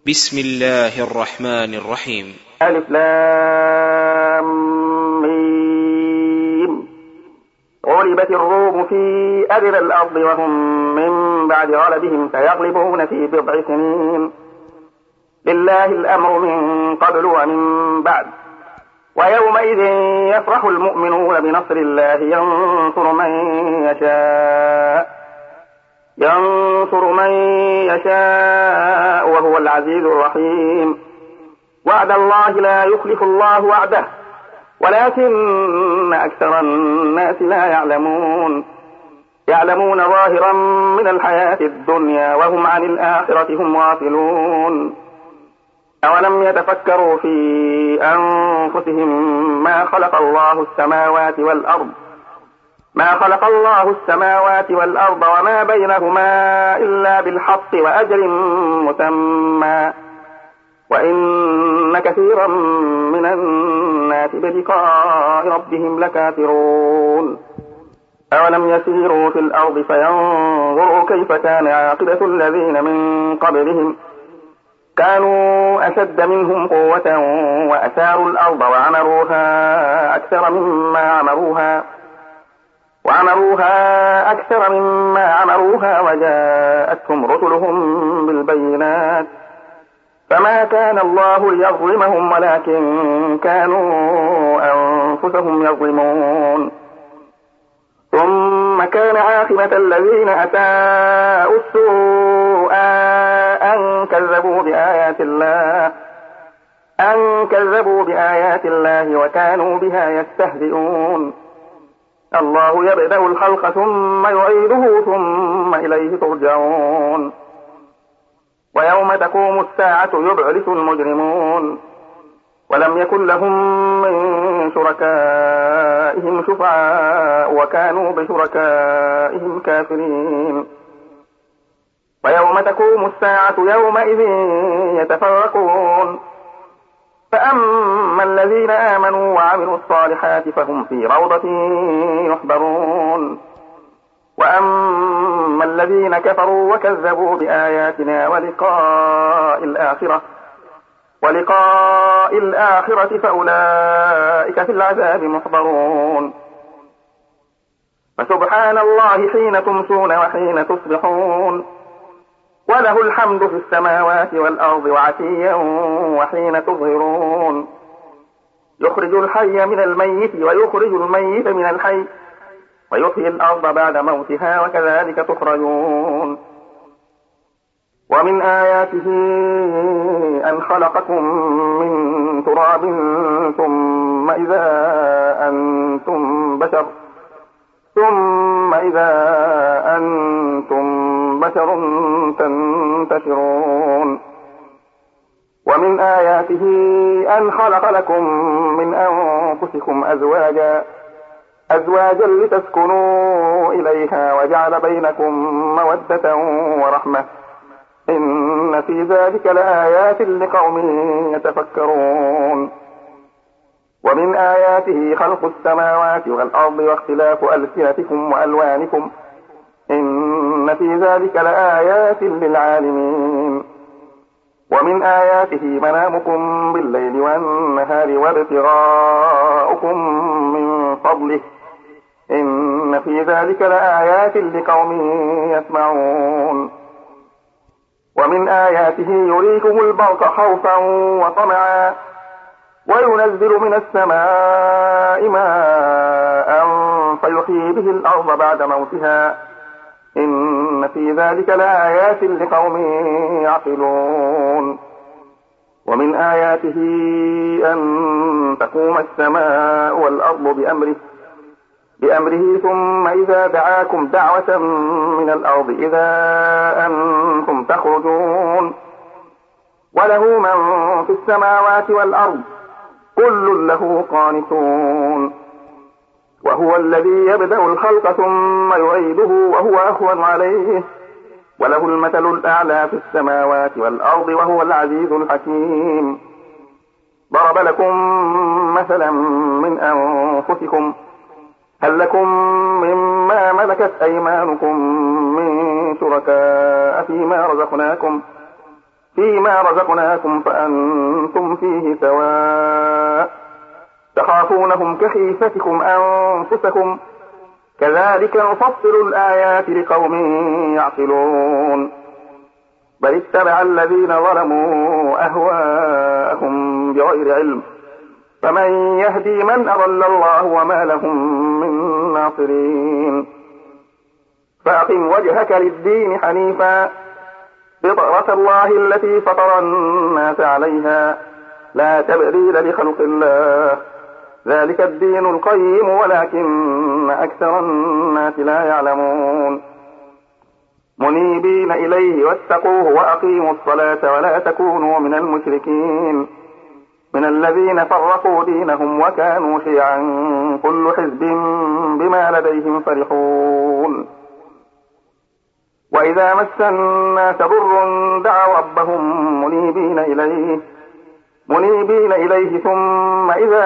بسم الله الرحمن الرحيم. ألف لام ميم. غلبت الروم في أدنى الأرض وهم من بعد غلبهم سيغلبون في بضع سنين. لله الأمر من قبل ومن بعد. ويومئذ يفرح المؤمنون بنصر الله ينصر من يشاء وهو العزيز الرحيم. وعد الله لا يخلف الله وعده ولكن أكثر الناس لا يعلمون ظاهرا من الحياة الدنيا وهم عن الآخرة هم غافلون. أولم يتفكروا في أنفسهم ما خلق الله السماوات والأرض وما بينهما إلا بالحق وأجل مسمى وإن كثيرا من الناس بلقاء ربهم لكافرون. أولم يسيروا في الأرض فينظروا كيف كان عاقبة الذين من قبلهم كانوا أشد منهم قوة وأثاروا الأرض وعمروها أكثر مما عمروها وجاءتهم رسلهم بالبينات فما كان الله ليظلمهم ولكن كانوا أنفسهم يظلمون. ثم كان عاقبة الذين أساءوا السوء أن كذبوا بآيات الله وكانوا بها يستهزئون. الله يبدأ الخلق ثم يعيده ثم إليه ترجعون. ويوم تقوم الساعة يبعث المجرمون ولم يكن لهم من شركائهم شفعاء وكانوا بشركائهم كافرين. ويوم تقوم الساعة يومئذ يتفرقون فأما الذين آمنوا وعملوا الصالحات فهم في روضة يحبرون وأما الذين كفروا وكذبوا بآياتنا ولقاء الآخرة فأولئك في العذاب محضرون. فسبحان الله حين تمسون وحين تصبحون وله الحمد في السماوات والأرض وعشيا وحين تظهرون. يخرج الحي من الميت ويخرج الميت من الحي ويحيي الأرض بعد موتها وكذلك تخرجون. ومن آياته أن خلقكم من تراب ثم إذا أنتم بشر تنتشرون. ومن آياته أن خلق لكم من أنفسكم أزواجا لتسكنوا إليها وجعل بينكم مودة ورحمة إن في ذلك لآيات لقوم يتفكرون. ومن آياته خلق السماوات والأرض واختلاف ألسنتكم وألوانكم إن في ذلك لآيات للعالمين. ومن آياته منامكم بالليل والنهار وابتغاؤكم من فضله إن في ذلك لآيات لقوم يسمعون. ومن آياته يريكم البرق خوفا وطمعا وينزل من السماء ماء فيحيي به الأرض بعد موتها إن في ذلك لآيات لقوم يعقلون. ومن آياته أن تقوم السماء والأرض بأمره ثم إذا دعاكم دعوة من الأرض إذا أنتم تخرجون. وله من في السماوات والأرض كل له قانتون. وهو الذي يبدأ الخلق ثم يعيده وهو أهون عليه وله المثل الأعلى في السماوات والأرض وهو العزيز الحكيم. ضرب لكم مثلا من أنفسكم هل لكم مما ملكت أيمانكم من شركاء فيما رزقناكم فأنتم فيه سواء تخافونهم كخيفتكم أنفسكم كذلك نفصل الآيات لقوم يعقلون بل اتبع الذين ظلموا أهواءهم بغير علم فمن يهدي من أضل الله وما لهم من ناصرين فأقم وجهك للدين حنيفا فطرة الله التي فطر الناس عليها لا تبديل لخلق الله ذلك الدين القيم ولكن أكثر الناس لا يعلمون منيبين إليه واتقوه وأقيموا الصلاة ولا تكونوا من المشركين من الذين فرقوا دينهم وكانوا شيعا كل حزب بما لديهم فرحون وإذا مس الناس ضر دعوا ربهم منيبين إليه ثم إذا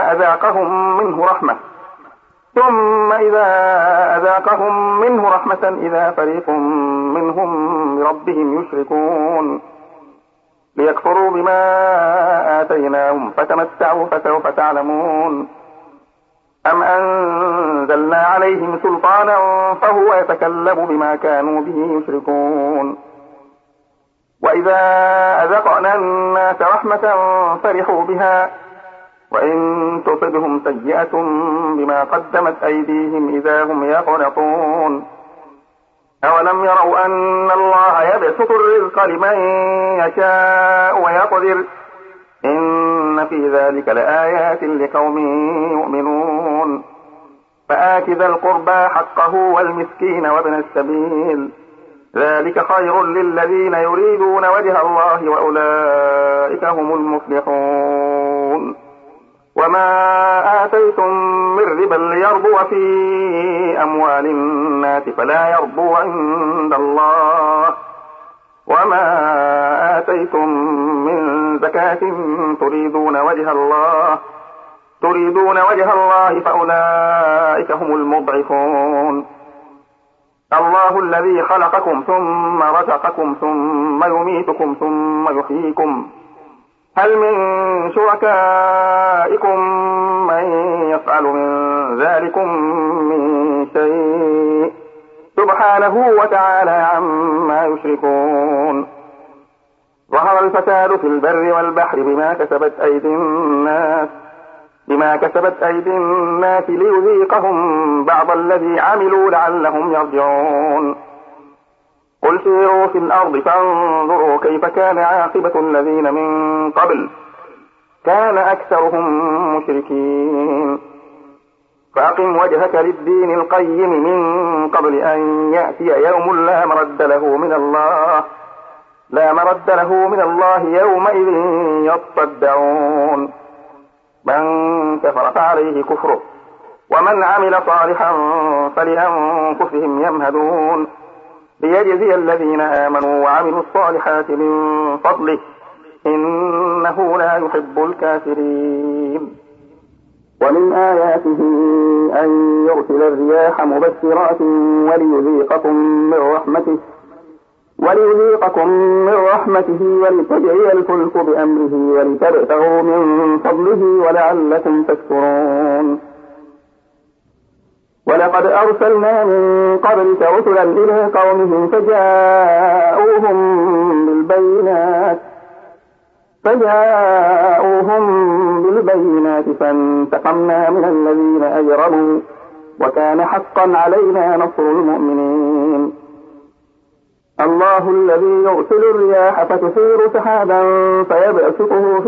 أذاقهم منه رحمة إذا فريق منهم بربهم يشركون ليكفروا بما آتيناهم فتمتعوا فسوف تعلمون أم أنزلنا عليهم سلطانا فهو يتكلم بما كانوا به يشركون وإذا أذقنا الناس رحمة فرحوا بها وإن تصبهم سيئة بما قدمت أيديهم إذا هم يقنطون أولم يروا أن الله يبسط الرزق لمن يشاء ويقدر إن في ذلك لآيات لقوم يؤمنون فآت ذا القربى حقه والمسكين وابن السبيل ذلك خير للذين يريدون وجه الله وأولئك هم المفلحون وما آتيتم من ربا ليربو في أموال الناس فلا يربو عند الله وما آتيتم من زكاة تريدون وجه الله فأولئك هم المضعفون الله الذي خلقكم ثم رزقكم ثم يميتكم ثم يحييكم هل من شركائكم من يفعل من ذلكم من شيء سبحانه وتعالى عما يشركون ظهر الفساد في البر والبحر بما كسبت أيدي الناس ليذيقهم بعض الذي عملوا لعلهم يرجعون قل سيروا في الأرض فانظروا كيف كان عاقبة الذين من قبل كان أكثرهم مشركين فأقم وجهك للدين القيم من قبل أن يأتي يوم لا مرد له من الله يومئذ يصدعون من كفر فعليه كفره ومن عمل صالحا فلأنفسهم يمهدون ليجزي الذين آمنوا وعملوا الصالحات من فضله إنه لا يحب الكافرين ومن آياته أن يرسل الرياح مبشرات وليذيقكم من رحمته ولتجري الفلك بأمره ولتبتغوا من فضله ولعلكم تشكرون ولقد أرسلنا من قبلك رسلا إلى قومهم فجاءوهم بالبينات فانتقمنا من الذين أجرموا وكان حقا علينا نصر المؤمنين الله الذي يرسل الرياح فتثير سحابا فيبسطه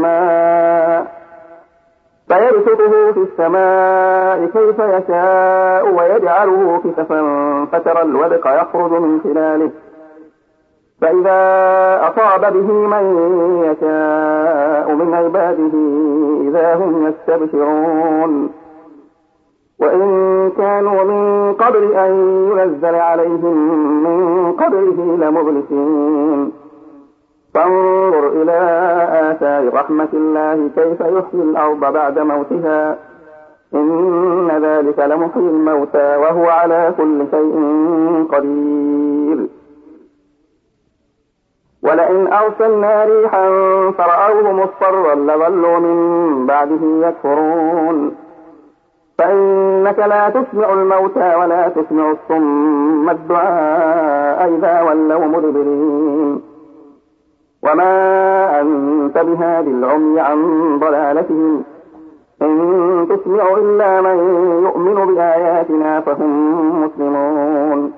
في السماء كيف يشاء ويجعله كسفا فترى الودق يخرج من خلاله فإذا أصاب به من يشاء من عباده إذا هم يستبشرون وإن كانوا من قبل أن ينزل عليهم من قبله لمبلسين فانظر إلى آثار رحمة الله كيف يحيي الأرض بعد موتها إن ذلك لمحيي الموتى وهو على كل شيء قدير ولئن أرسلنا ريحا فرأوه مصفرا لظلوا من بعده يكفرون فإنك لا تسمع الموتى ولا تسمع الصم الدعاء إذا ولوا مدبرين وما أنت بهادي العمي عن ضلالتهم إن تسمع إلا من يؤمن بآياتنا فهم مسلمون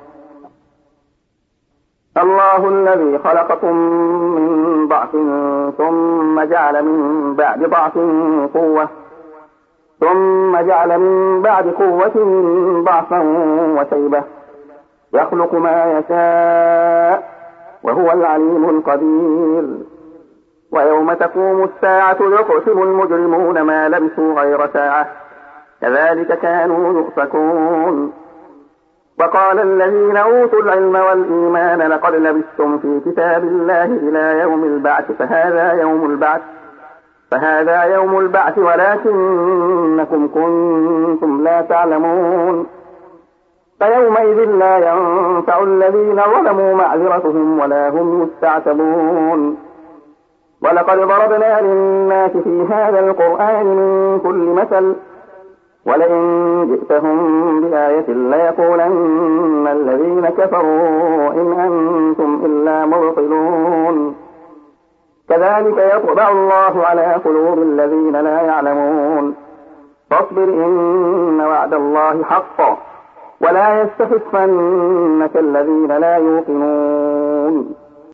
الله الذي خلقكم من ضعف ثم جعل من بعد ضعف قوة ثم جعل من بعد قوة ضعفا وشيبة يخلق ما يشاء وهو العليم القدير ويوم تقوم الساعة يقسم المجرمون ما لبثوا غير ساعة كذلك كانوا يؤفكون وقال الذين أوتوا العلم والإيمان لقد لبثتم في كتاب الله إلى يوم البعث فهذا يوم البعث ولكنكم كنتم لا تعلمون فيومئذ لا ينفع الذين ظلموا معذرتهم ولا هم يستعتبون ولقد ضربنا للناس في هذا القرآن من كل مثل ولئن جئتهم بآية ليقولن الذين كفروا إن أنتم إلا مبطلون كذلك يطبع الله على قلوب الذين لا يعلمون فاصبر إن وعد الله حق ولا يستخفنك الذين لا يوقنون